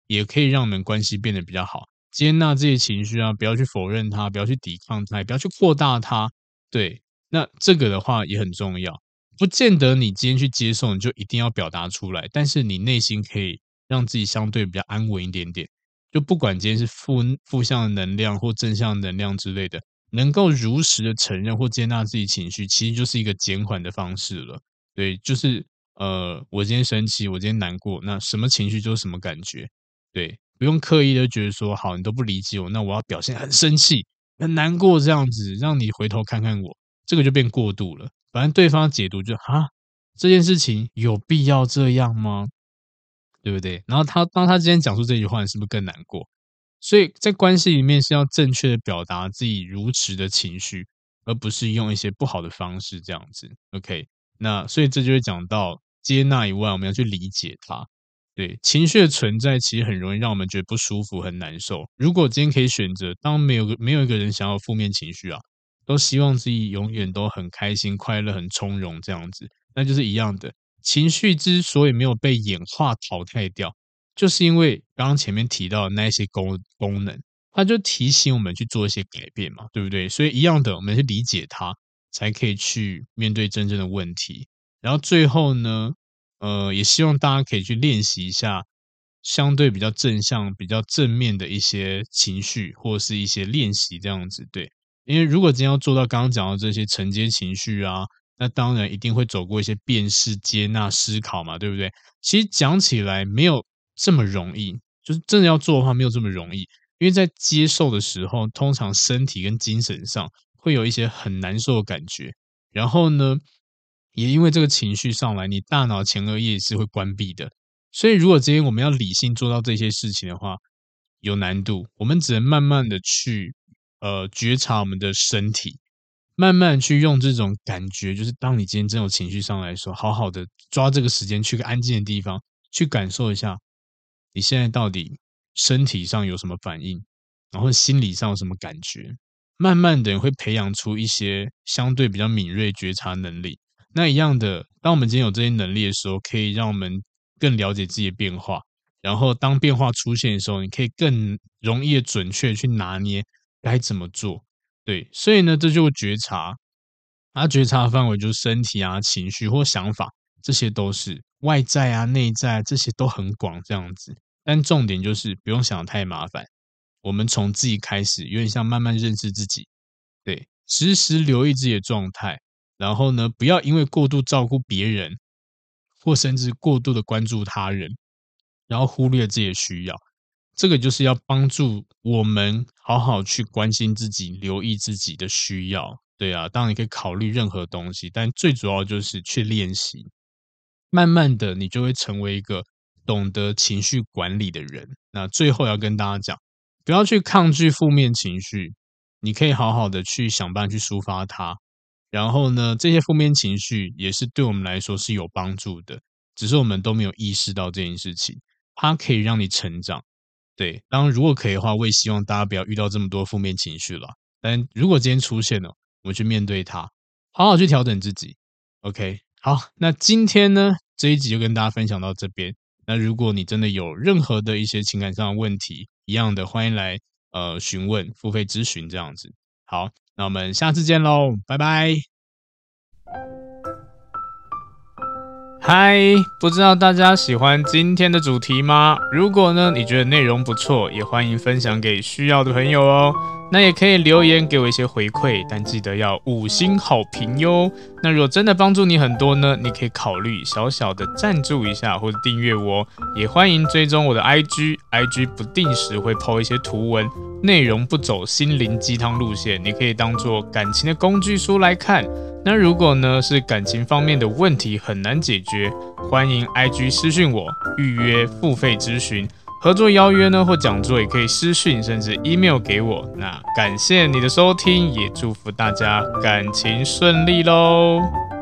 也可以让我们关系变得比较好。接纳这些情绪啊，不要去否认它，不要去抵抗它，也不要去扩大它。对，那这个的话也很重要。不见得你今天去接受，你就一定要表达出来，但是你内心可以让自己相对比较安稳一点点。就不管今天是负向的能量或正向能量之类的，能够如实的承认或接纳自己情绪，其实就是一个减缓的方式了。对，就是我今天生气，我今天难过，那什么情绪就是什么感觉。对，不用刻意的觉得说，好，你都不理解我，那我要表现很生气、很难过这样子，让你回头看看我，这个就变过度了。反正对方解读就这件事情有必要这样吗？对不对？然后当他今天讲出这句话，你是不是更难过？所以在关系里面是要正确的表达自己如实的情绪，而不是用一些不好的方式这样子。OK， 那所以这就会讲到接纳以外，我们要去理解它。对，情绪的存在其实很容易让我们觉得不舒服、很难受。如果今天可以选择，当没有一个人想要负面情绪啊，都希望自己永远都很开心、快乐、很从容这样子，那就是一样的。情绪之所以没有被演化淘汰掉，就是因为刚刚前面提到的那一些功能，它就提醒我们去做一些改变嘛，对不对？所以一样的，我们去理解它，才可以去面对真正的问题。然后最后呢，也希望大家可以去练习一下相对比较正向、比较正面的一些情绪，或是一些练习这样子，对。因为如果今天要做到刚刚讲到这些承接情绪啊，那当然一定会走过一些辨识、接纳、思考嘛，对不对？其实讲起来没有这么容易，就是真的要做的话没有这么容易，因为在接受的时候，通常身体跟精神上会有一些很难受的感觉，然后呢，也因为这个情绪上来，你大脑前额叶是会关闭的，所以如果今天我们要理性做到这些事情的话，有难度，我们只能慢慢的去觉察我们的身体，慢慢去用这种感觉，就是当你今天真有情绪上来的时候，好好的抓这个时间去个安静的地方，去感受一下你现在到底身体上有什么反应，然后心理上有什么感觉。慢慢的会培养出一些相对比较敏锐觉察能力。那一样的，当我们今天有这些能力的时候，可以让我们更了解自己的变化。然后当变化出现的时候，你可以更容易的准确去拿捏该怎么做。对，所以呢，这就是觉察。觉察的范围就是身体啊、情绪或想法，这些都是外在啊、内在啊，这些都很广这样子。但重点就是不用想得太麻烦，我们从自己开始，有点像慢慢认识自己。对，时时留意自己的状态，然后呢，不要因为过度照顾别人，或甚至过度的关注他人，然后忽略自己的需要。这个就是要帮助我们好好去关心自己，留意自己的需要。对啊，当然你可以考虑任何东西，但最主要就是去练习。慢慢的，你就会成为一个懂得情绪管理的人。那最后要跟大家讲，不要去抗拒负面情绪，你可以好好的去想办法去抒发它。然后呢，这些负面情绪也是对我们来说是有帮助的，只是我们都没有意识到这件事情。它可以让你成长。对，当然如果可以的话，我也希望大家不要遇到这么多负面情绪了。但如果今天出现了，我们去面对它，好好去调整自己。OK， 好，那今天呢这一集就跟大家分享到这边。那如果你真的有任何的一些情感上的问题，一样的欢迎来询问付费咨询这样子。好，那我们下次见喽，拜拜。 嗨，不知道大家喜欢今天的主题吗？如果呢，你觉得内容不错，也欢迎分享给需要的朋友哦。那也可以留言给我一些回馈，但记得要5星好评哟。那如果真的帮助你很多呢，你可以考虑小小的赞助一下或者订阅我，也欢迎追踪我的 IG 不定时会 po 一些图文，内容不走心灵鸡汤路线，你可以当做感情的工具书来看。那如果呢是感情方面的问题很难解决，欢迎 IG 私讯我预约付费咨询。合作邀约呢或讲座也可以私讯甚至 email 给我。那感谢你的收听，也祝福大家感情顺利咯。